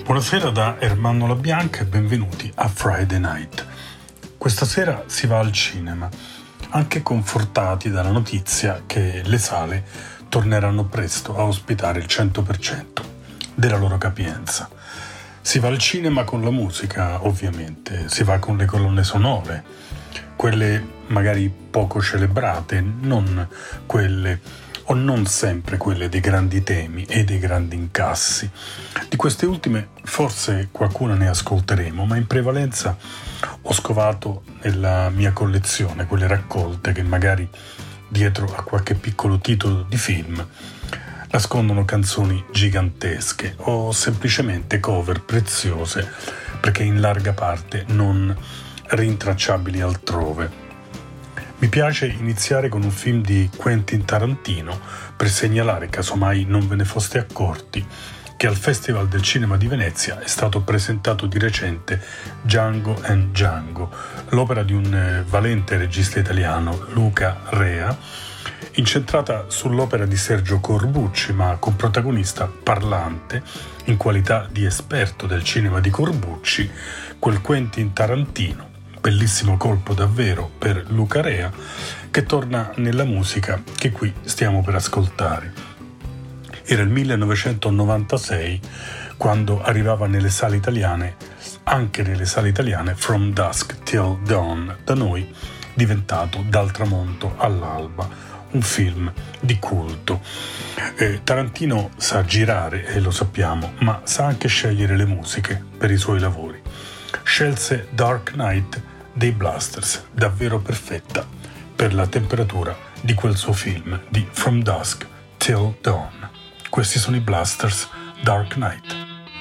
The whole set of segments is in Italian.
Buonasera da Ermanno La Bianca e benvenuti a Friday Night. Questa sera si va al cinema, anche confortati dalla notizia che le sale torneranno presto a ospitare il 100% della loro capienza. Si va al cinema con la musica, ovviamente, si va con le colonne sonore, quelle magari poco celebrate, non quelle o non sempre quelle dei grandi temi e dei grandi incassi. Di queste ultime forse qualcuna ne ascolteremo, ma in prevalenza ho scovato nella mia collezione quelle raccolte che magari dietro a qualche piccolo titolo di film nascondono canzoni gigantesche o semplicemente cover preziose perché in larga parte non rintracciabili altrove. Mi piace iniziare con un film di Quentin Tarantino per segnalare, casomai non ve ne foste accorti, che al Festival del Cinema di Venezia è stato presentato di recente Django and Django, l'opera di un valente regista italiano, Luca Rea, incentrata sull'opera di Sergio Corbucci, ma con protagonista parlante, in qualità di esperto del cinema di Corbucci, quel Quentin Tarantino. Bellissimo colpo davvero per Luca Rea, che torna nella musica che qui stiamo per ascoltare. Era il 1996 quando arrivava nelle sale italiane, anche nelle sale italiane, From Dusk Till Dawn, da noi diventato Dal tramonto all'alba, un film di culto. Tarantino sa girare, e lo sappiamo, ma sa anche scegliere le musiche per i suoi lavori. Scelse Dark Knight dei Blasters, davvero perfetta per la temperatura di quel suo film di From Dusk Till Dawn. Questi sono i Blasters, Dark Knight.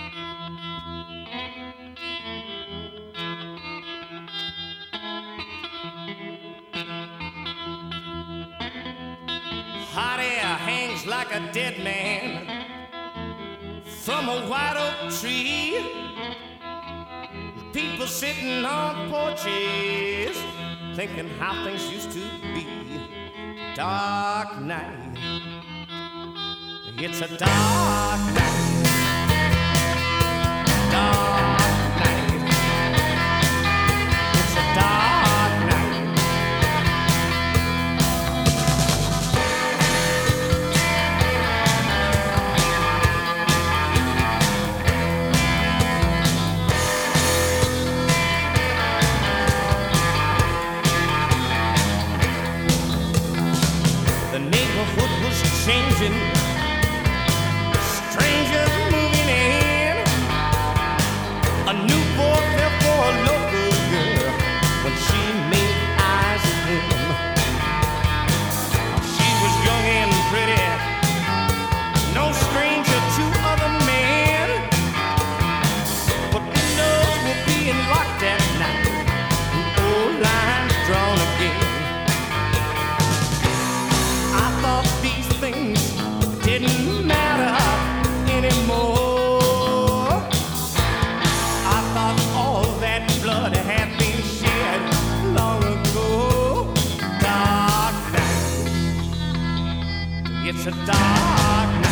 Hot air hangs like a dead man from a white oak tree. People sitting on porches, thinking how things used to be. Dark night, it's a dark night. Dark night, it's a dark night. Changing, strangers moving in. A new boy fell for a local girl when she made eyes at him. She was young and pretty, no stranger to other men. But windows were being locked at night, and old lines drawn again. I thought these things didn't matter anymore. I thought all that blood had been shed long ago. Dark night, it's a dark night.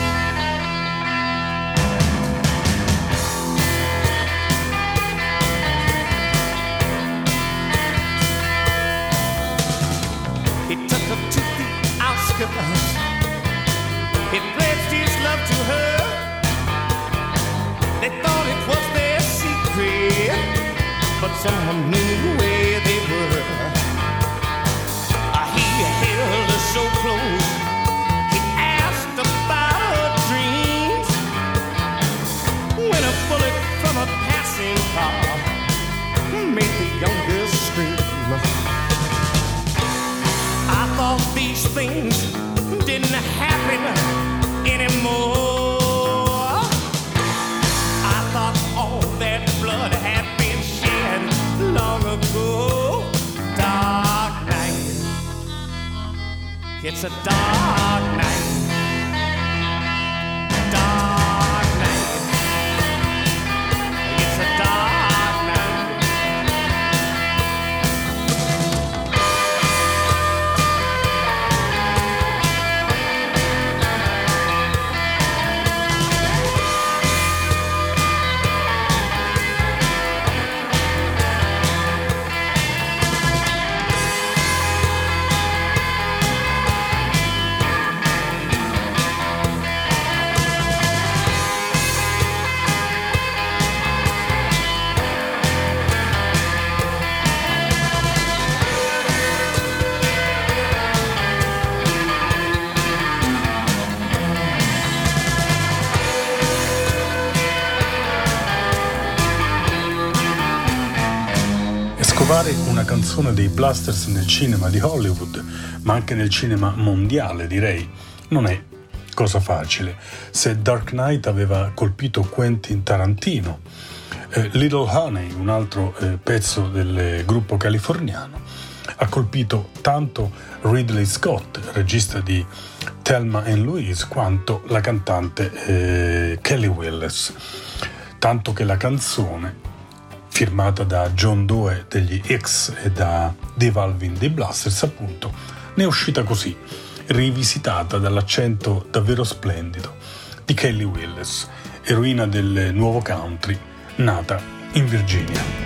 He took her to the outskirts. He pledged his love to her. They thought it was their secret, but someone knew where they were. He held her so close. He asked about her dreams. When a bullet from a passing car made the young girl scream. I thought these things didn't happen anymore. I thought all that blood had been shed long ago. Dark night, it's a dark night. Dark night, it's a dark night. Fare una canzone dei Blasters nel cinema di Hollywood, ma anche nel cinema mondiale, direi, non è cosa facile. Se Dark Knight aveva colpito Quentin Tarantino, Little Honey, un altro pezzo del gruppo californiano, ha colpito tanto Ridley Scott, regista di Thelma and Louise, quanto la cantante Kelly Willis, tanto che la canzone, firmata da John Doe degli X e da Dave Alvin dei Blasters, appunto, ne è uscita così, rivisitata dall'accento davvero splendido di Kelly Willis, eroina del nuovo country, nata in Virginia.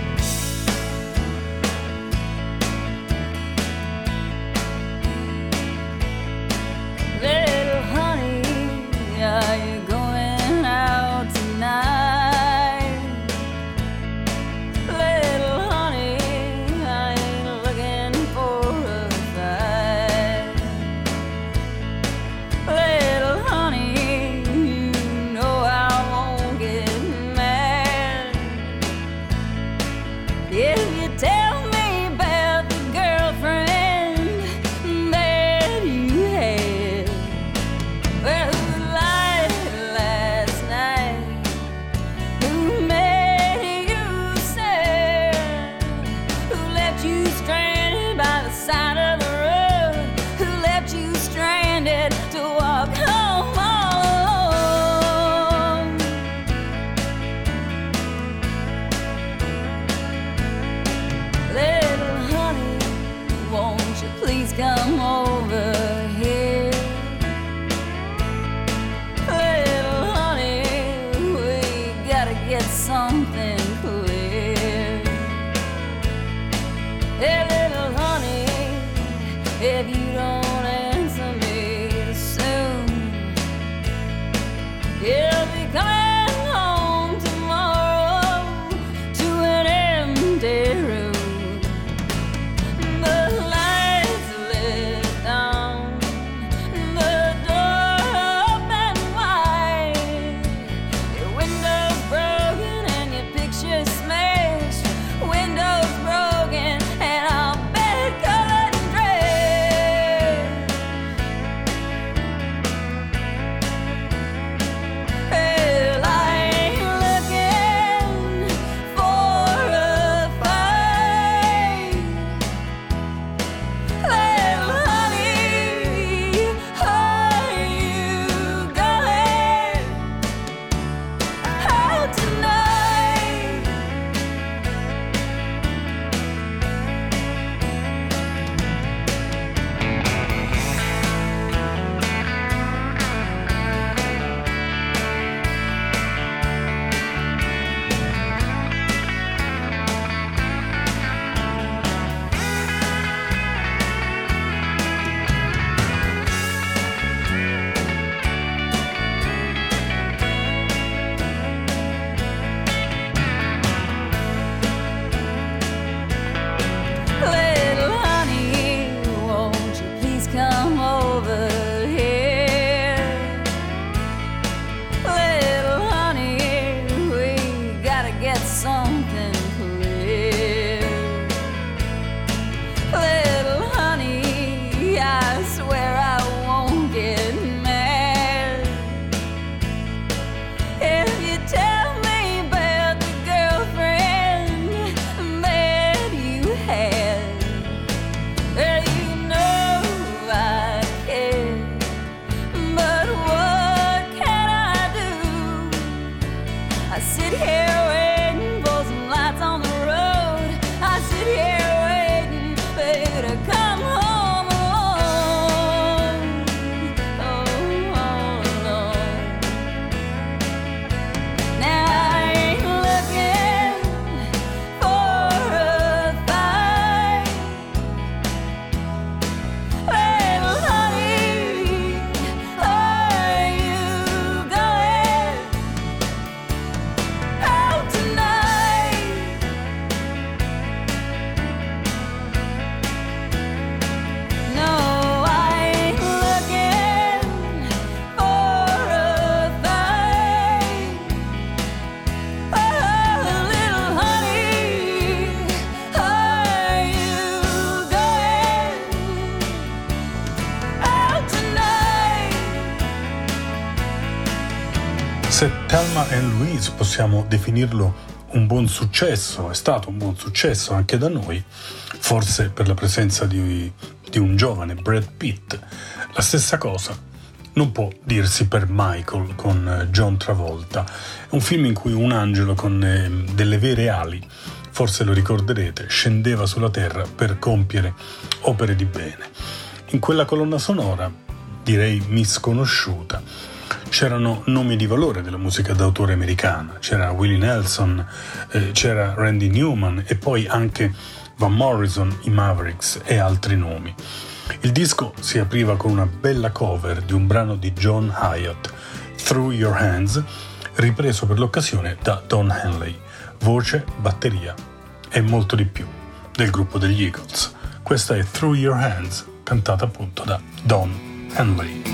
Se Thelma and Louise possiamo definirlo un buon successo, è stato un buon successo anche da noi, forse per la presenza di un giovane Brad Pitt, la stessa cosa non può dirsi per Michael con John Travolta. È un film in cui un angelo con delle vere ali, forse lo ricorderete, scendeva sulla terra per compiere opere di bene. In quella colonna sonora, direi misconosciuta, c'erano nomi di valore della musica d'autore americana, c'era Willie Nelson, c'era Randy Newman e poi anche Van Morrison, i Mavericks e altri nomi. Il disco si apriva con una bella cover di un brano di John Hiatt, Through Your Hands, ripreso per l'occasione da Don Henley, voce, batteria e molto di più del gruppo degli Eagles. Questa è Through Your Hands, cantata appunto da Don Henley.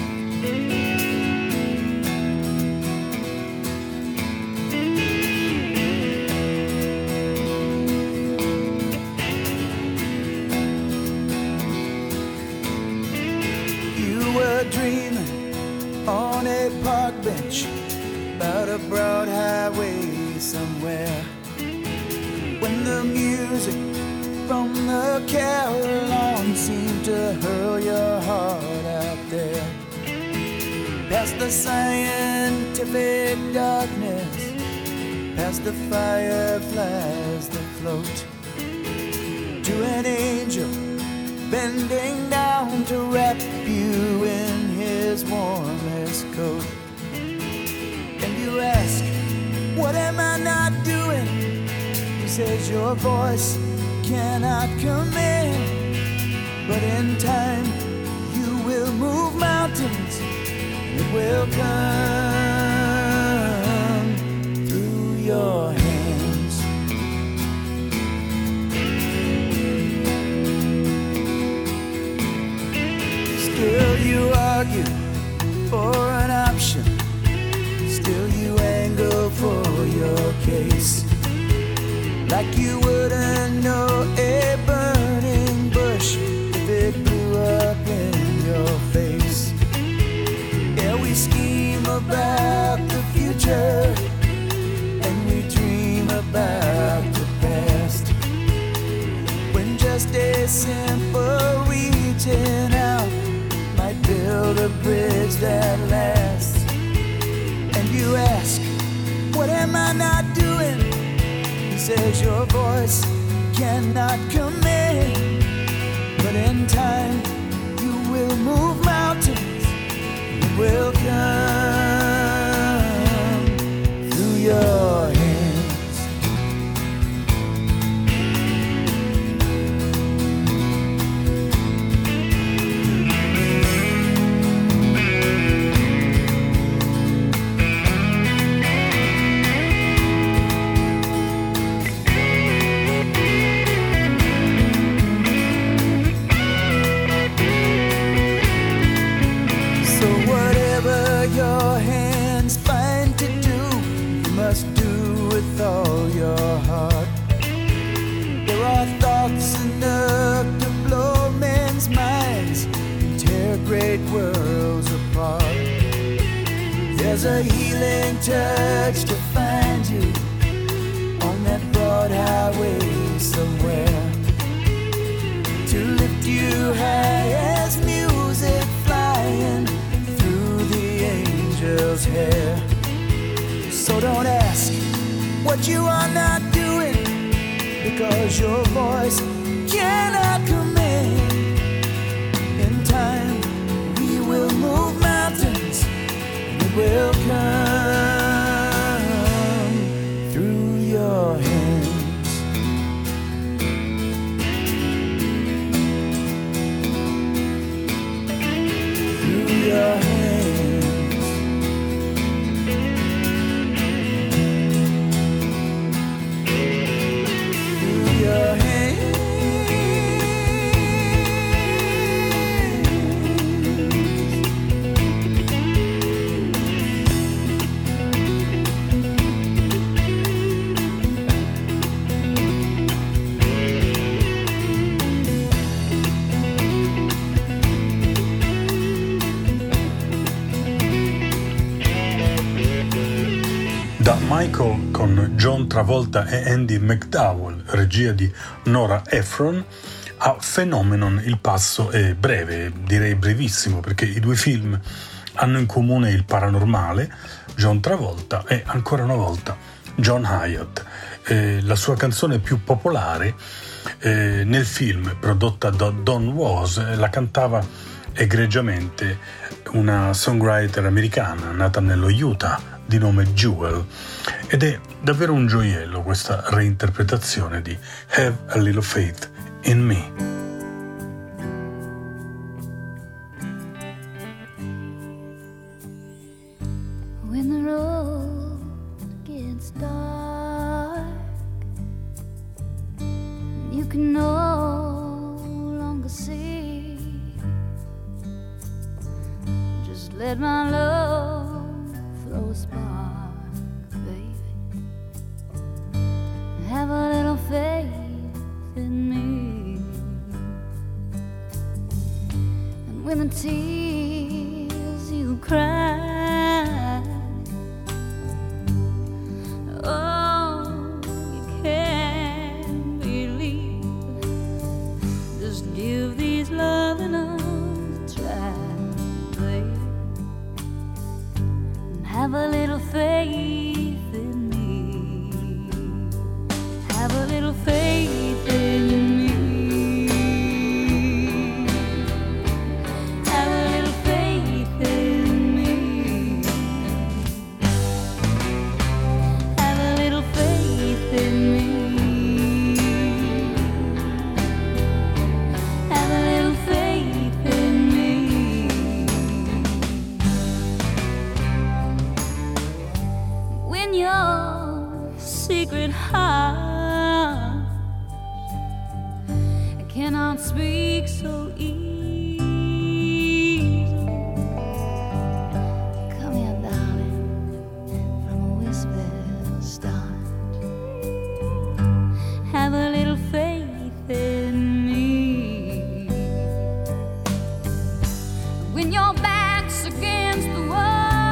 Dreaming on a park bench about a broad highway somewhere, when the music from the carillon seemed to hurl your heart out there, past the scientific darkness, past the fireflies that float, to an angel bending down to wrap you in his warmest coat. And you ask, what am I not doing? He says your voice cannot command, but in time you will move mountains, and it will come through your hands. Still you argue for an option, still you angle for your case, like you wouldn't know a burning bush if it blew up in your face. Yeah, we scheme about the future and we dream about the past, when just a simple reaching out might build a bridge that lasts. And you ask, what am I not doing? He says your voice cannot command, but in time you will move mountains, it will come through your hands. Your hands find to do, you must do with all your heart. There are thoughts enough to blow men's minds and tear great worlds apart. There's a healing touch to find you on that broad highway somewhere, to lift you high as music flying angel's hair. So don't ask what you are not doing, because your voice cannot command. In time we will move mountains, and it will come through your hands. Through your hands. Your hands. Da Michael con John Travolta e Andy McDowell, regia di Nora Ephron, a Phenomenon il passo è breve, direi brevissimo, perché i due film hanno in comune il paranormale, John Travolta e ancora una volta John Hyatt. La sua canzone più popolare nel film, prodotta da Don Was, la cantava egregiamente una songwriter americana nata nello Utah di nome Jewel, ed è davvero un gioiello questa reinterpretazione di Have a Little Faith in Me. When the road gets dark, you can no longer see, just let my love throw a spark, baby. Have a little faith in me. And when the tears you cry, oh, you can't believe, just give these loving arms a try, baby. Have a little faith in me. Have a little faith in me. Have a little faith in me. Have a little faith in me. Have a little faith in me. When your secret heart cannot speak so easily, come here, darling, from a whisper start. Have a little faith in me. When your back's against the wall,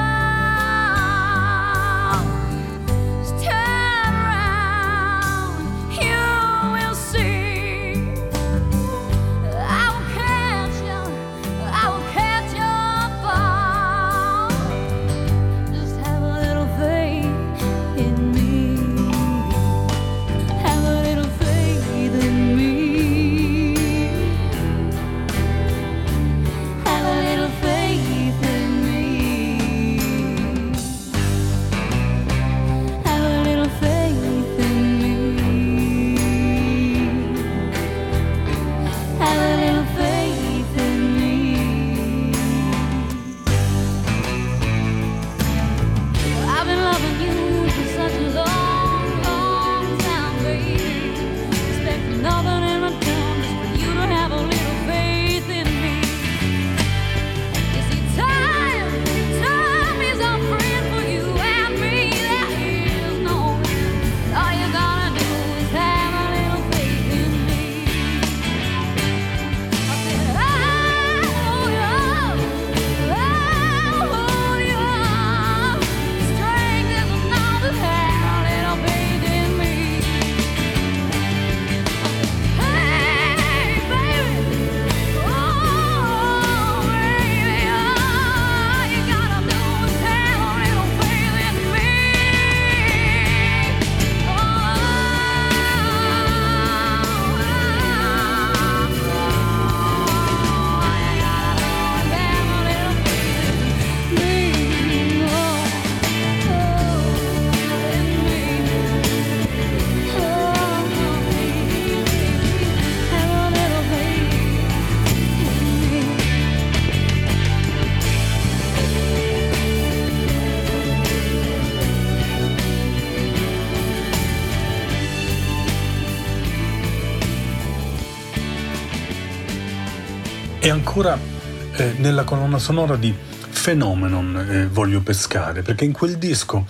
E ancora nella colonna sonora di Phenomenon voglio pescare, perché in quel disco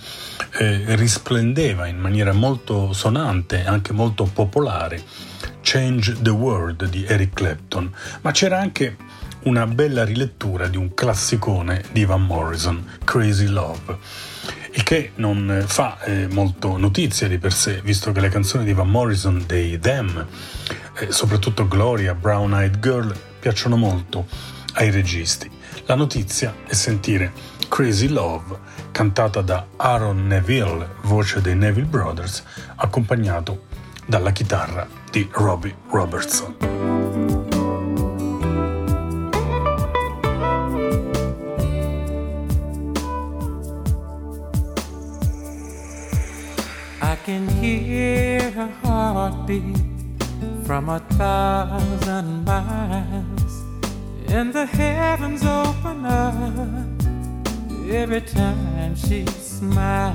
risplendeva in maniera molto sonante, anche molto popolare, Change the World di Eric Clapton, ma c'era anche una bella rilettura di un classicone di Van Morrison, Crazy Love, il che non fa molto notizia di per sé, visto che le canzoni di Van Morrison, dei Them, soprattutto Gloria, Brown Eyed Girl, piacciono molto ai registi. La notizia è sentire Crazy Love, cantata da Aaron Neville, voce dei Neville Brothers, accompagnato dalla chitarra di Robbie Robertson. I can hear her heartbeat from 1,000 miles, and the heavens open up every time she smiles.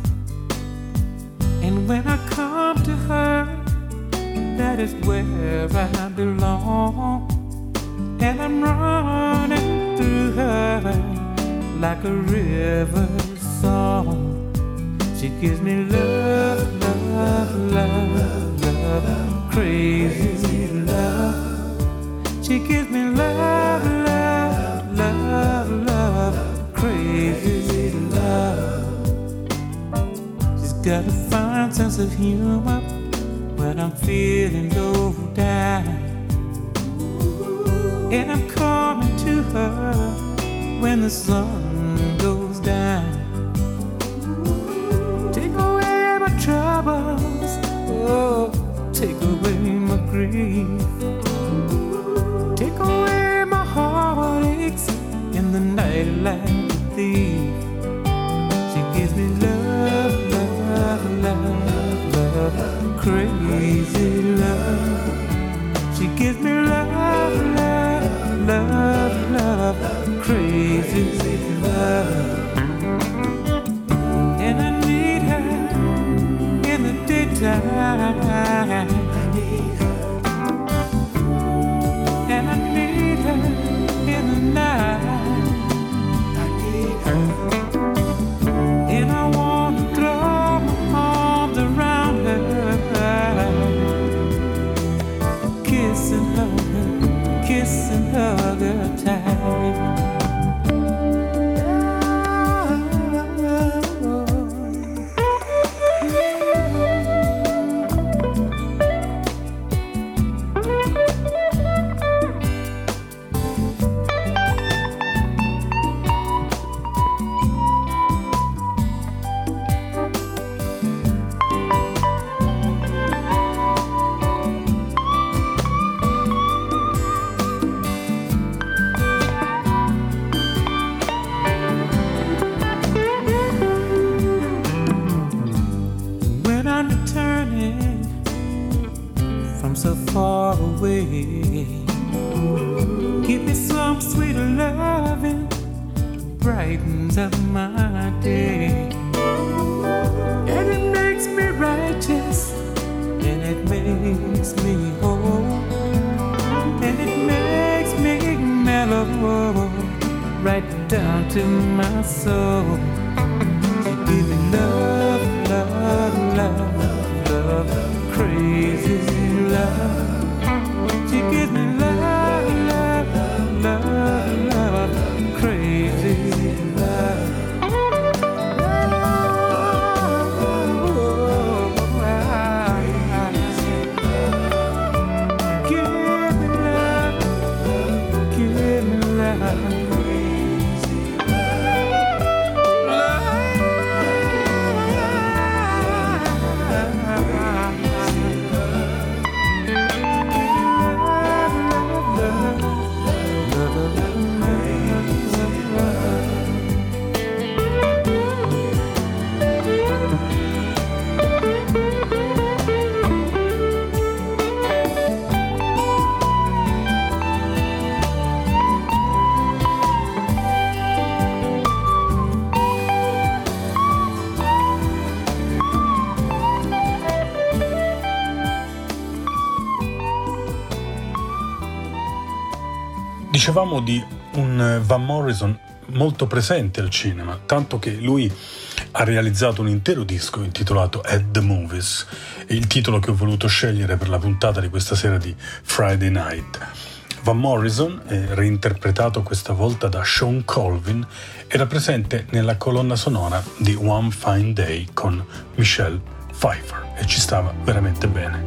And when I come to her, that is where I belong, and I'm running through her like a river song. She gives me love, love, love, love, crazy love. She gives me love, love, love, love, crazy love. She's got a fine sense of humor when I'm feeling low down, and I'm coming to her when the sun goes down. Troubles, oh, take away my grief, take away my heartaches in the night like a thief. She gives me love, love, love, love, crazy love. She gives me love, love, love, love, crazy love. And I need her in the daytime, I need her, and I need her in the night, I need her, and I want to throw my arms around her, kiss and hug her tight. Far away, give me some sweet loving, brightens up my day, and it makes me righteous, and it makes me whole, and it makes me mellow right down to my soul. You give me love, love, love, love, crazy love. She gives me love, love, love, love, crazy love. Give me love, give me love. Dicevamo di un Van Morrison molto presente al cinema, tanto che lui ha realizzato un intero disco intitolato At the Movies, il titolo che ho voluto scegliere per la puntata di questa sera di Friday Night. Van Morrison, reinterpretato questa volta da Shawn Colvin, era presente nella colonna sonora di One Fine Day con Michelle Pfeiffer e ci stava veramente bene.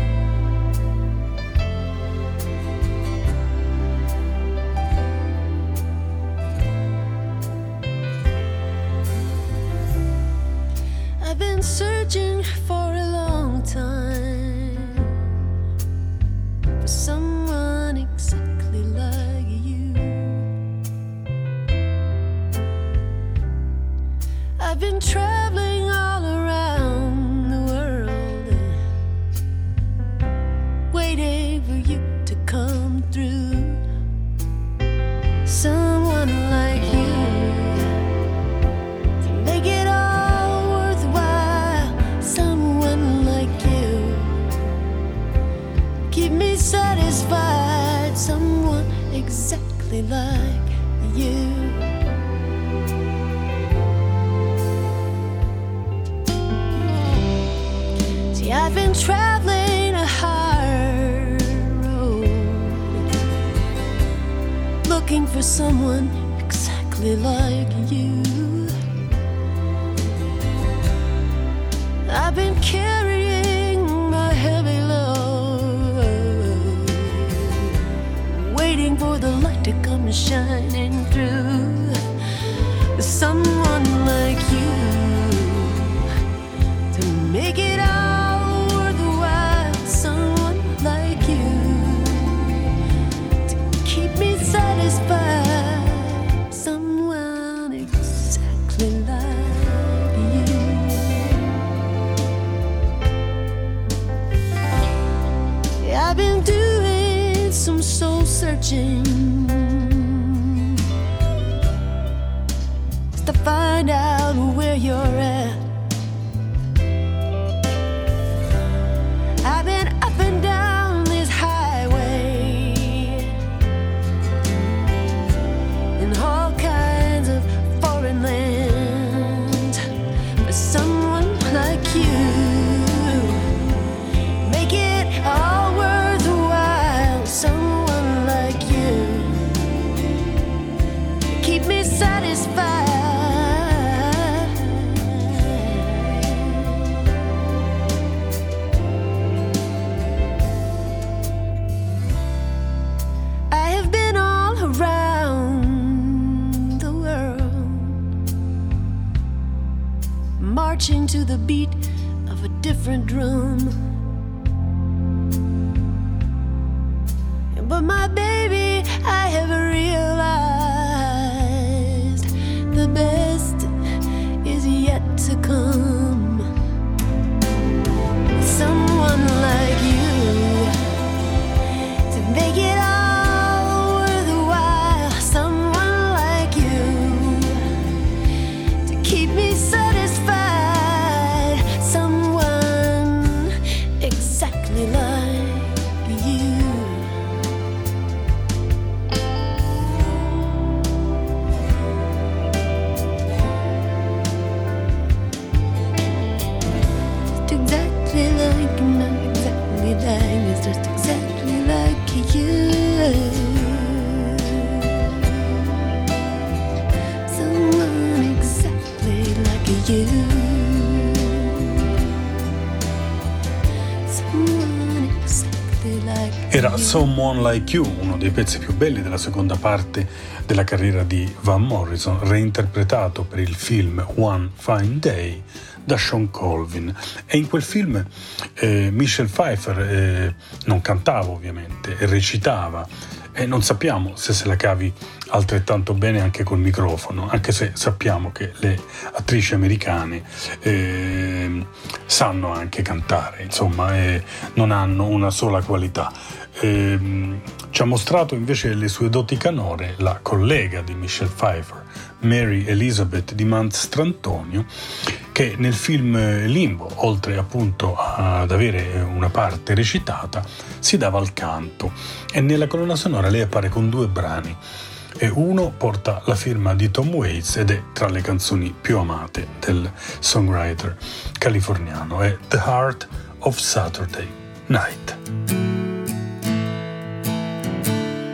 I've been searching for a long time for someone exactly like you. I've been traveling all around the world, waiting for you to come through. Someone like you to make it all worthwhile. Someone like you keep me satisfied. Someone exactly like you. See, I've been traveling a hard road, looking for someone exactly like you. I've been carrying my heavy load, waiting for the light to come shining through. Someone like you to make it all worthwhile. Someone like you to keep me satisfied. Someone exactly like you. Yeah, I've been doing some soul searching just to find out where you're at. I've been up and down this highway in all kinds of foreign lands, but someone like you make it all worthwhile. Someone like you keep me satisfied. I have been all around the world, marching to the beat of a different drum. But my baby, I have realized the best is yet to come. Someone like you to make it all worthwhile. Someone like you to keep me satisfied. Someone exactly like you. Just exactly like, not exactly like, it's just exactly like you. Someone exactly like you. Someone exactly like Era you. Someone Like You, uno dei pezzi più belli della seconda parte della carriera di Van Morrison, reinterpretato per il film One Fine Day da Shawn Colvin. E in quel film Michelle Pfeiffer non cantava ovviamente, recitava, e non sappiamo se la cavi altrettanto bene anche col microfono, anche se sappiamo che le attrici americane sanno anche cantare, insomma, non hanno una sola qualità. Ci ha mostrato invece le sue doti canore la collega di Michelle Pfeiffer, Mary Elizabeth di Mastrantonio, che nel film Limbo, oltre appunto ad avere una parte recitata, si dava al canto, e nella colonna sonora lei appare con 2 brani, e uno porta la firma di Tom Waits ed è tra le canzoni più amate del songwriter californiano, è The Heart of Saturday Night.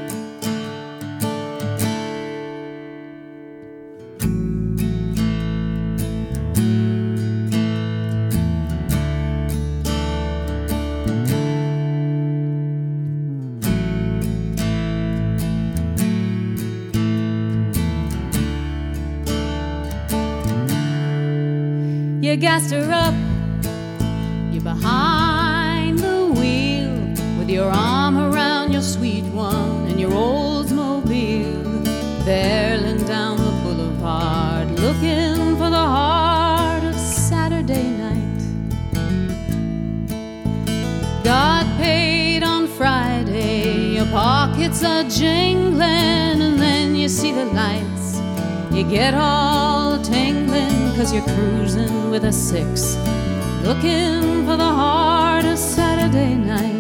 You gassed her up, you're behind the wheel, with your arm around your sweet one and your Oldsmobile, barreling down the boulevard, looking for the heart of Saturday night. God paid on Friday, your pockets are jingling, and then you see the lights, you get all tingling, 'cause you're cruising with a 6, looking for the heart of Saturday night.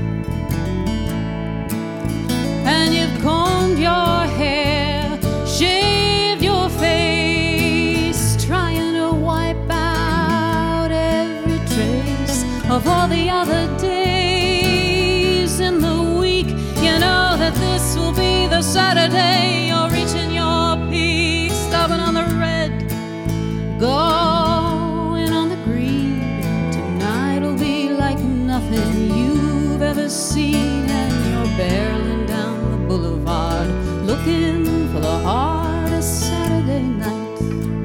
And you've combed your hair, shaved your face, trying to wipe out every trace of all the other days in the week. You know that this will be the Saturday you're reaching your peak, stopping on the red, going on the green. Tonight will be like nothing you've ever seen, and you're barreling down the boulevard, looking for the heart of Saturday night.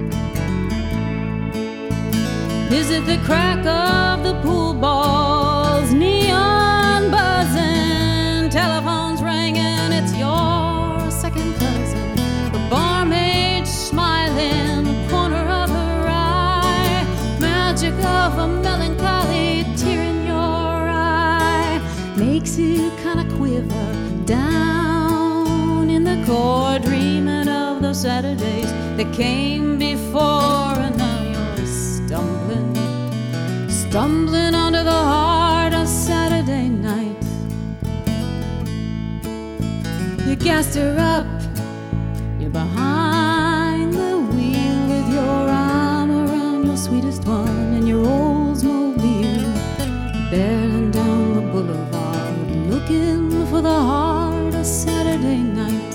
Is it the crack of the pool balls, neon buzzing, telephones ringing, it's your second cousin, the barmaid smiling, the corner of her eye, magic of a melancholy tear in your eye, makes you kind of quiver down in the core, dreaming of those Saturdays that came before, and now you're stumbling onto the heart of Saturday night. You gassed her up, you're behind the wheel, with your arm around your sweetest one and your Oldsmobile, barreling down the boulevard, looking for the heart of Saturday night.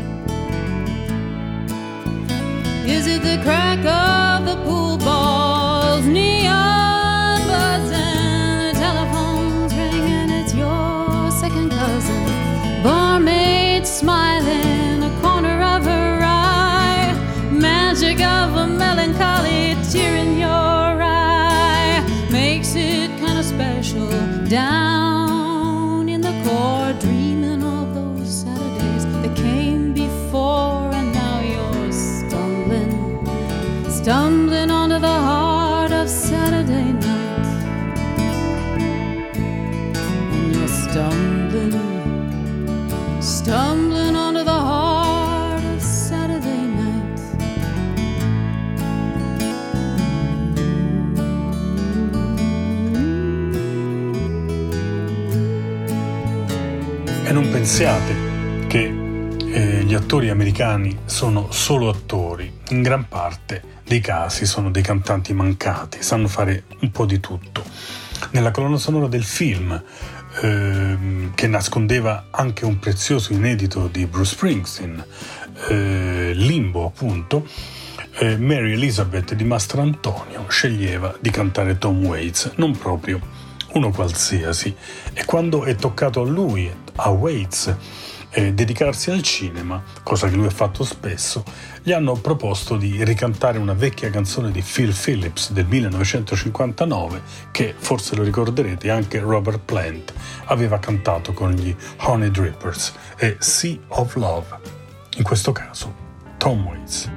Is it the crack of the pool balls, neon buzzing, the telephone's ringing, it's your second cousin, barmaid smiling, a corner of her eye, magic of a melancholy tear in your eye, makes it kind of special down in the core, dreaming of those Saturdays that came before, and now you're stumbling onto the heart of Saturday night. And you're stumbling onto the heart of Saturday night. E non pensiate che gli attori americani sono solo attori, in gran parte dei casi sono dei cantanti mancati, sanno fare un po' di tutto. Nella colonna sonora del film, che nascondeva anche un prezioso inedito di Bruce Springsteen, Limbo appunto, Mary Elizabeth di Mastrantonio sceglieva di cantare Tom Waits, non proprio uno qualsiasi, e quando è toccato a lui, a Waits, dedicarsi al cinema, cosa che lui ha fatto spesso, gli hanno proposto di ricantare una vecchia canzone di Phil Phillips del 1959 che, forse lo ricorderete, anche Robert Plant aveva cantato con gli Honey Drippers, e Sea of Love, in questo caso Tom Waits.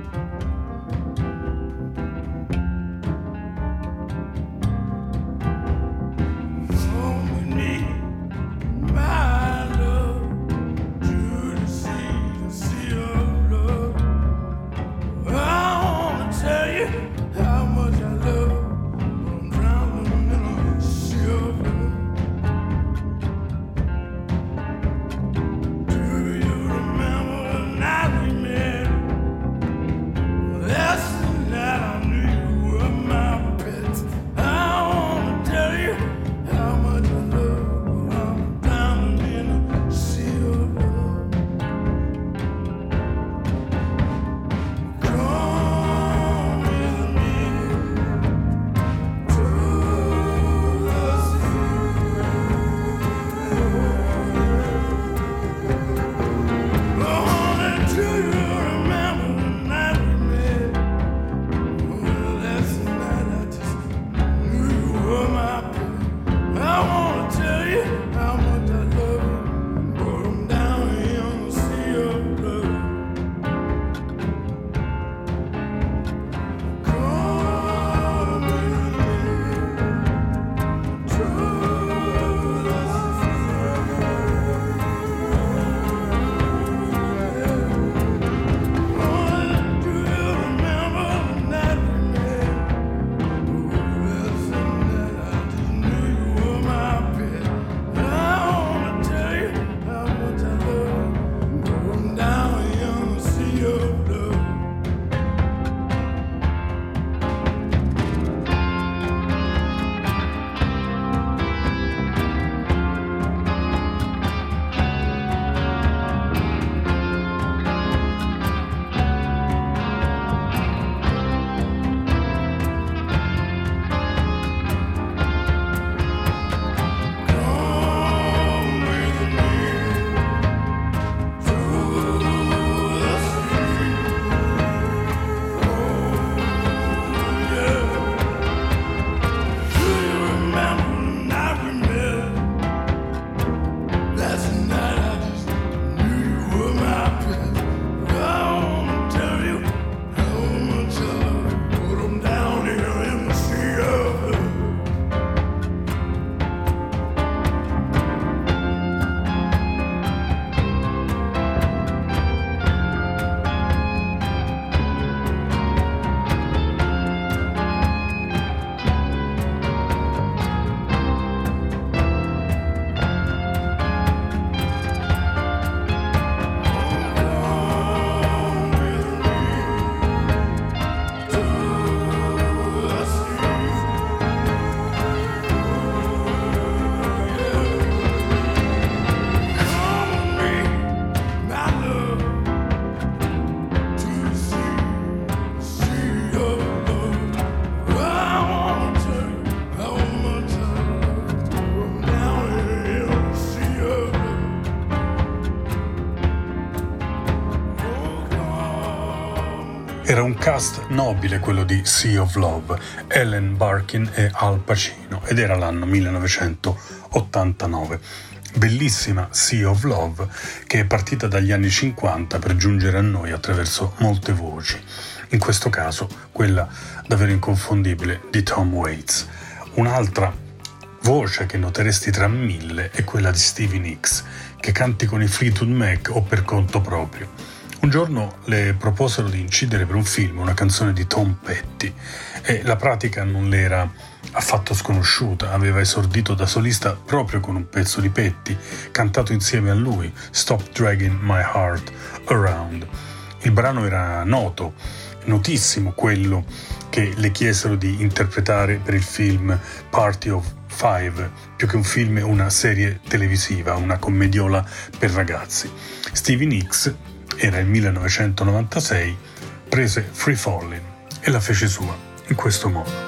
un cast nobile quello di Sea of Love, Ellen Barkin e Al Pacino, ed era l'anno 1989. Bellissima Sea of Love che è partita dagli anni 50 per giungere a noi attraverso molte voci, in questo caso quella davvero inconfondibile di Tom Waits. Un'altra voce che noteresti tra mille è quella di Stevie Nicks, che canti con i Fleetwood Mac o per conto proprio. Un giorno le proposero di incidere per un film una canzone di Tom Petty e la pratica non le era affatto sconosciuta. Aveva esordito da solista proprio con un pezzo di Petty, cantato insieme a lui, Stop Dragging My Heart Around. Il brano era notissimo quello che le chiesero di interpretare per il film Party of Five, più che un film una serie televisiva, una commediola per ragazzi. Stevie Nicks, era il 1996, prese Free Fallin' e la fece sua in questo modo.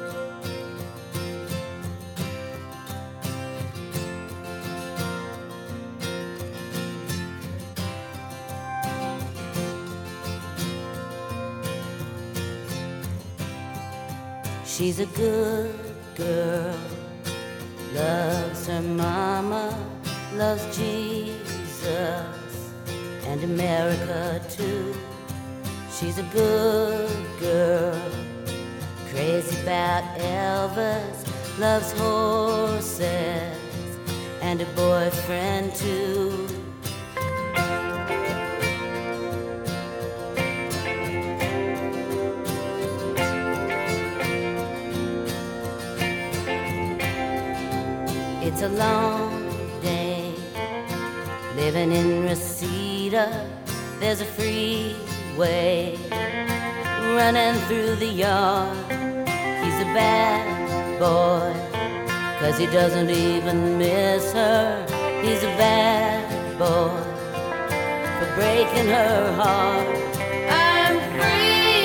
She's a good girl, loves her mama, loves Jesus and America too. She's a good girl, crazy about Elvis, loves horses and a boyfriend too. It's a long day living in Reseda. There's a freeway running through the yard. He's a bad boy, 'cause he doesn't even miss her. He's a bad boy for breaking her heart. I'm free.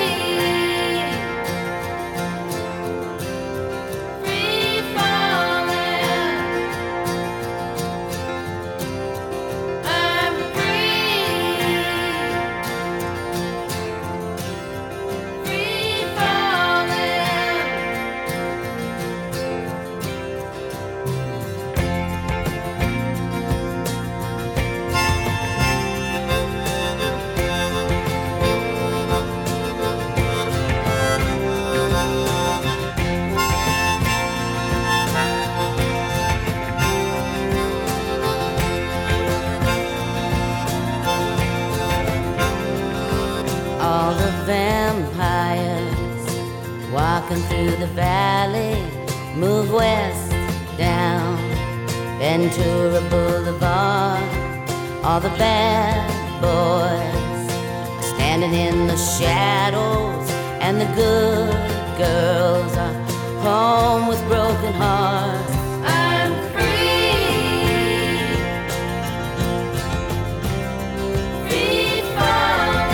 Walking through the valley, move west down Ventura Boulevard. All the bad boys standing in the shadows, and the good girls are home with broken hearts. I'm free, free falling.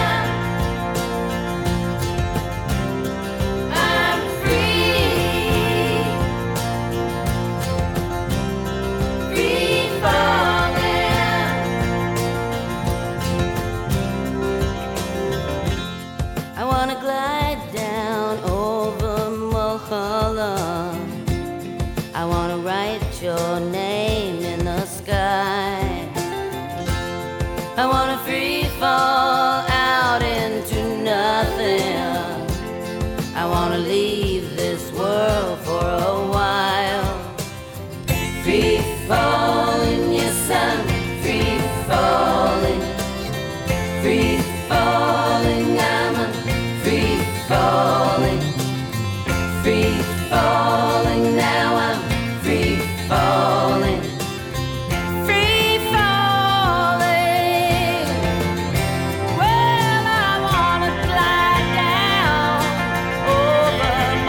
Your name in the sky. I wanna free fall out into nothing. I wanna leave this world for a while. Free falling, yes, I'm free falling. Free falling, I'm free falling. Free falling, now I'm free falling, free falling. Well, I wanna fly down over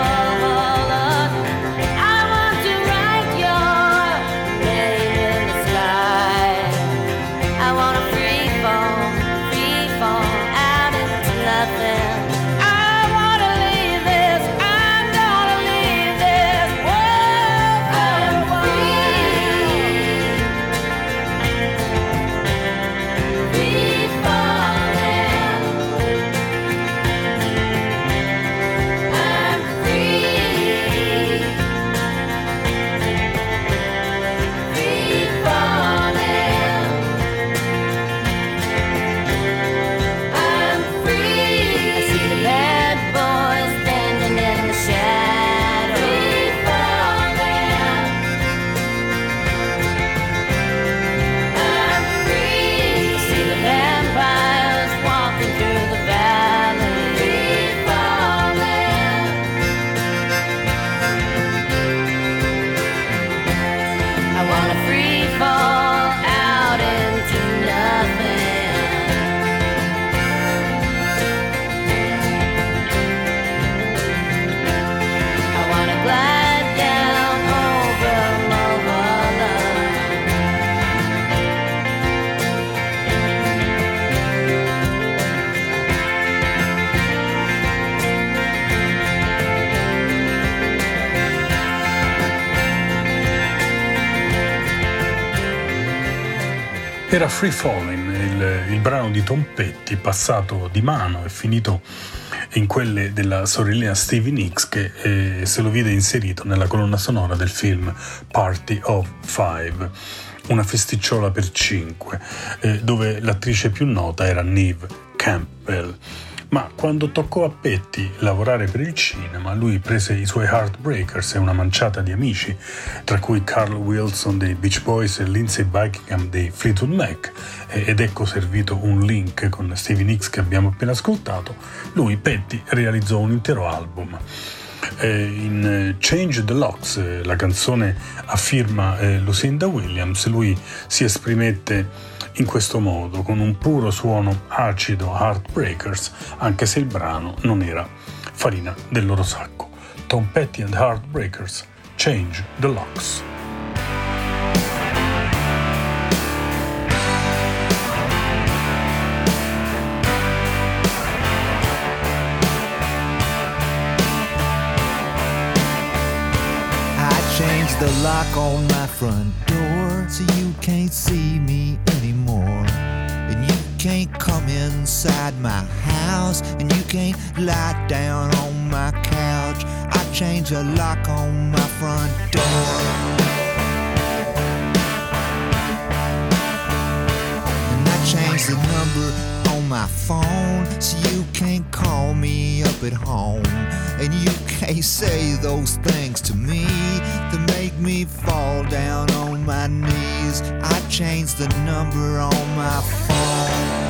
Era Free Fallin', il brano di Tom Petty, passato di mano e finito in quelle della sorellina Stevie Nicks, che se lo vide inserito nella colonna sonora del film Party of Five, una festicciola per 5, dove l'attrice più nota era Neve Campbell. Ma quando toccò a Petty lavorare per il cinema, lui prese i suoi Heartbreakers e una manciata di amici, tra cui Carl Wilson dei Beach Boys e Lindsey Buckingham dei Fleetwood Mac, ed ecco servito un link con Stevie Nicks che abbiamo appena ascoltato. Lui, Petty, realizzò un intero album. In Change the Locks, la canzone a firma Lucinda Williams, lui si esprimette in questo modo, con un puro suono acido Heartbreakers, anche se il brano non era farina del loro sacco. Tom Petty and Heartbreakers, Change the Locks. Changed the lock on my front door so you can't see me anymore. And you can't come inside my house, and you can't lie down on my couch. I changed the lock on my front door. And I changed the number on my phone so you can't call me up at home. And you can't say those things to me that make me fall down on my knees. I changed the number on my phone.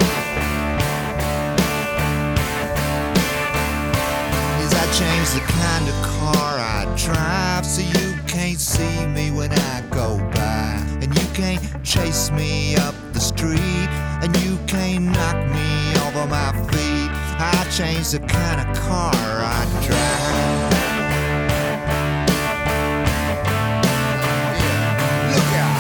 Yes, I changed the kind of car I drive so you can't see me when I go by. And you can't chase me up the street, and you can't knock me off of my feet. I changed the kind of car I drive. Yeah. Look out.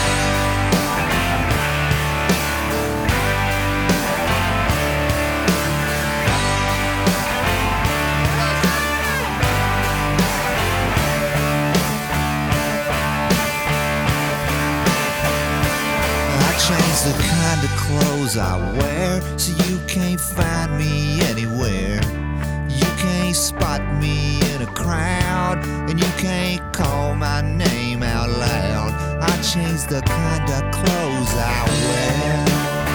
I changed the kind of clothes I wear so you can't find me anywhere. You can't spot me in a crowd, and you can't call my name out loud. I changed the kind of clothes I wear.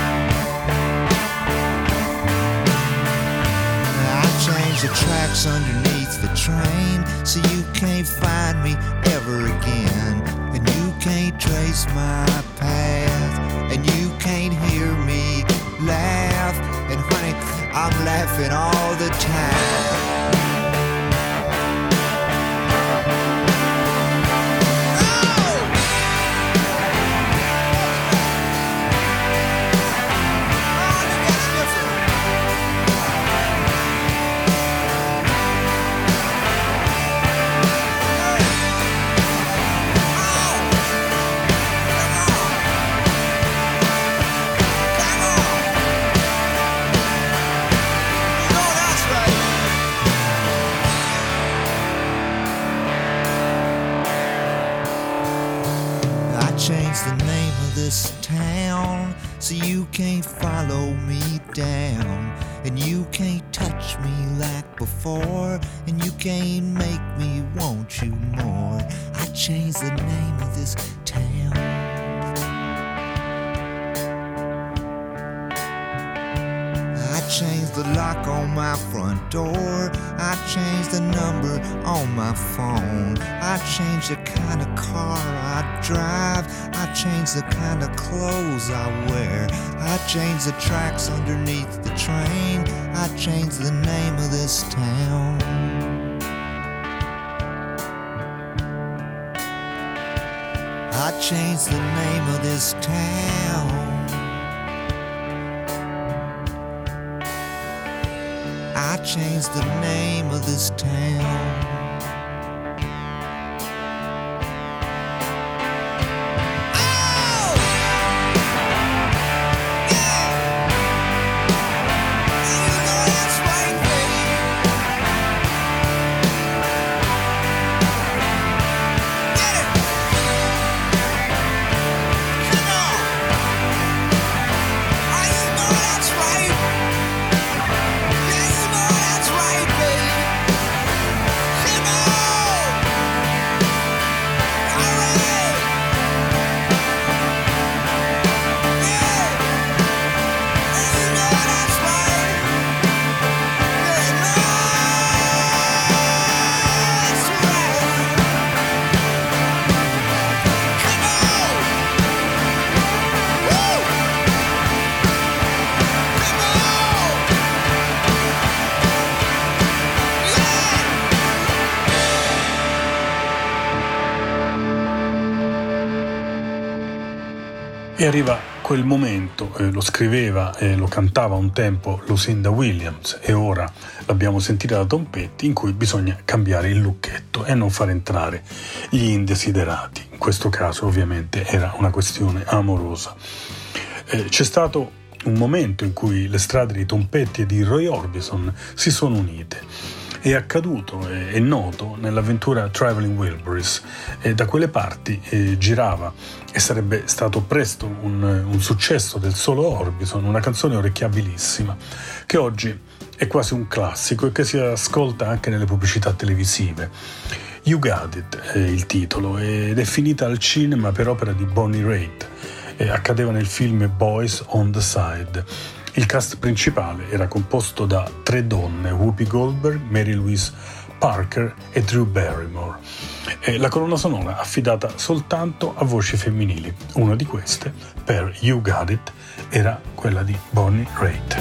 I changed the tracks underneath the train so you can't find me ever again. And you can't trace my path, and you can't hear me laugh. And honey, I'm laughing all the time. Changed the name of this town so you can't follow me down. And you can't touch me like before, and you can't make me want you more. I changed the name of this town. I changed the lock on my front door. I changed the number on my phone. I changed the kind of car I drive. I changed the kind of clothes I wear. I changed the tracks underneath the train. I changed the name of this town. I changed the name of this town. I changed the name of this town. E arriva quel momento, lo scriveva e lo cantava un tempo Lucinda Williams e ora l'abbiamo sentita da Tom Petty, in cui bisogna cambiare il lucchetto e non far entrare gli indesiderati. In questo caso ovviamente era una questione amorosa. C'è stato un momento in cui le strade di Tom Petty e di Roy Orbison si sono unite. È accaduto, è noto, nell'avventura Traveling Wilburys, e da quelle parti girava, e sarebbe stato presto un successo del solo Orbison, una canzone orecchiabilissima, che oggi è quasi un classico e che si ascolta anche nelle pubblicità televisive. You Got It è il titolo, ed è finita al cinema per opera di Bonnie Raitt, accadeva nel film Boys on the Side. Il cast principale era composto da 3 donne, Whoopi Goldberg, Mary Louise Parker e Drew Barrymore. La colonna sonora affidata soltanto a voci femminili. Una di queste, per You Got It, era quella di Bonnie Raitt.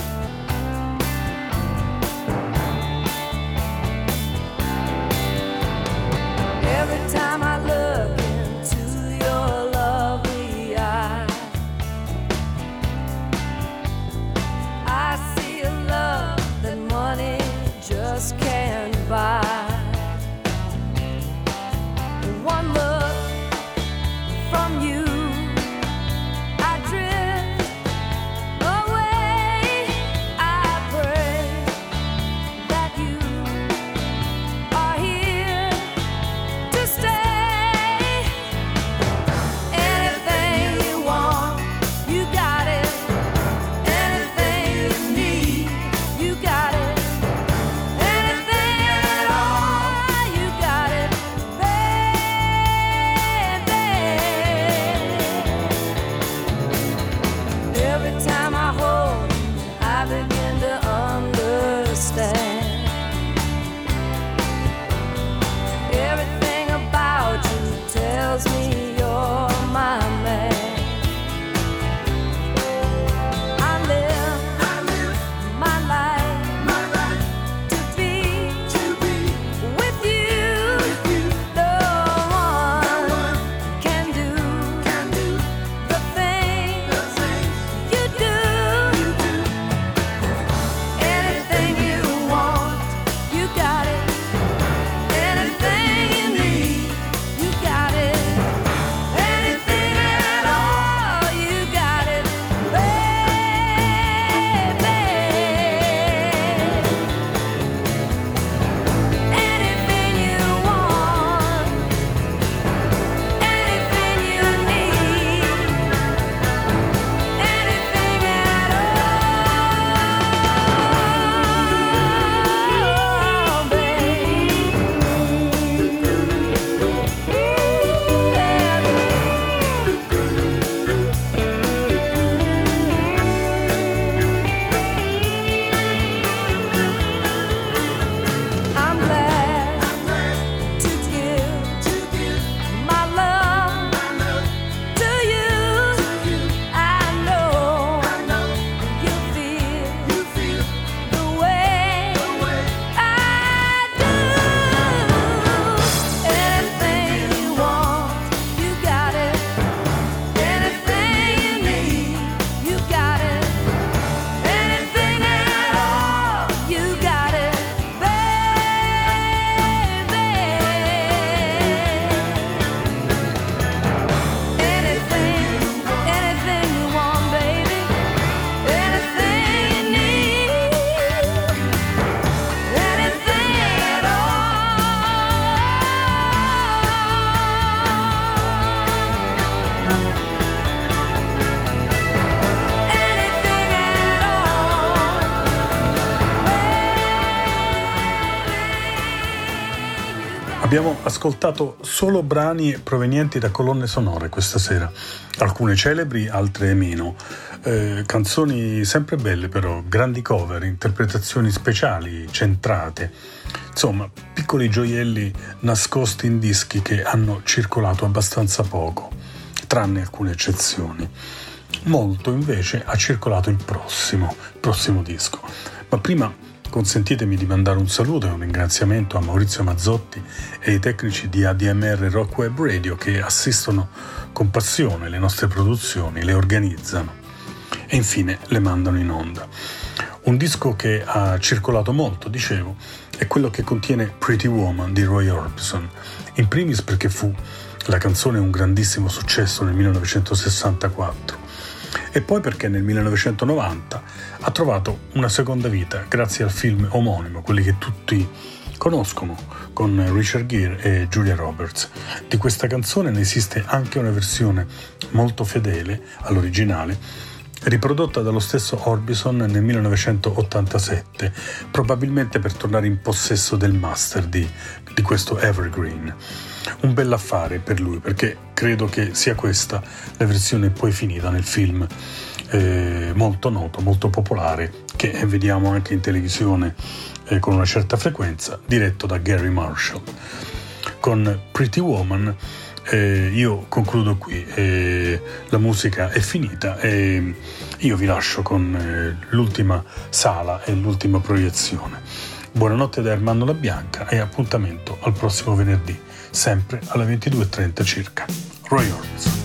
Abbiamo ascoltato solo brani provenienti da colonne sonore questa sera, alcune celebri, altre meno, canzoni sempre belle però, grandi cover, interpretazioni speciali, centrate, insomma piccoli gioielli nascosti in dischi che hanno circolato abbastanza poco, tranne alcune eccezioni. Molto invece ha circolato il prossimo disco, ma prima consentitemi di mandare un saluto e un ringraziamento a Maurizio Mazzotti e ai tecnici di ADMR Rock Web Radio che assistono con passione le nostre produzioni, le organizzano e infine le mandano in onda. Un disco che ha circolato molto, dicevo, è quello che contiene Pretty Woman di Roy Orbison, in primis perché fu la canzone un grandissimo successo nel 1964 e poi perché nel 1990 ha trovato una seconda vita grazie al film omonimo, quelli che tutti conoscono, con Richard Gere e Julia Roberts. Di questa canzone ne esiste anche una versione molto fedele all'originale, riprodotta dallo stesso Orbison nel 1987, probabilmente per tornare in possesso del master di questo Evergreen. Un bell'affare per lui, perché credo che sia questa la versione poi finita nel film molto noto, molto popolare, che vediamo anche in televisione con una certa frequenza, diretto da Gary Marshall. Con Pretty Woman io concludo qui, la musica è finita e io vi lascio con l'ultima sala e l'ultima proiezione. Buonanotte da Ermanno La Bianca e appuntamento al prossimo venerdì, sempre alle 22:30 circa. Roy Orbison.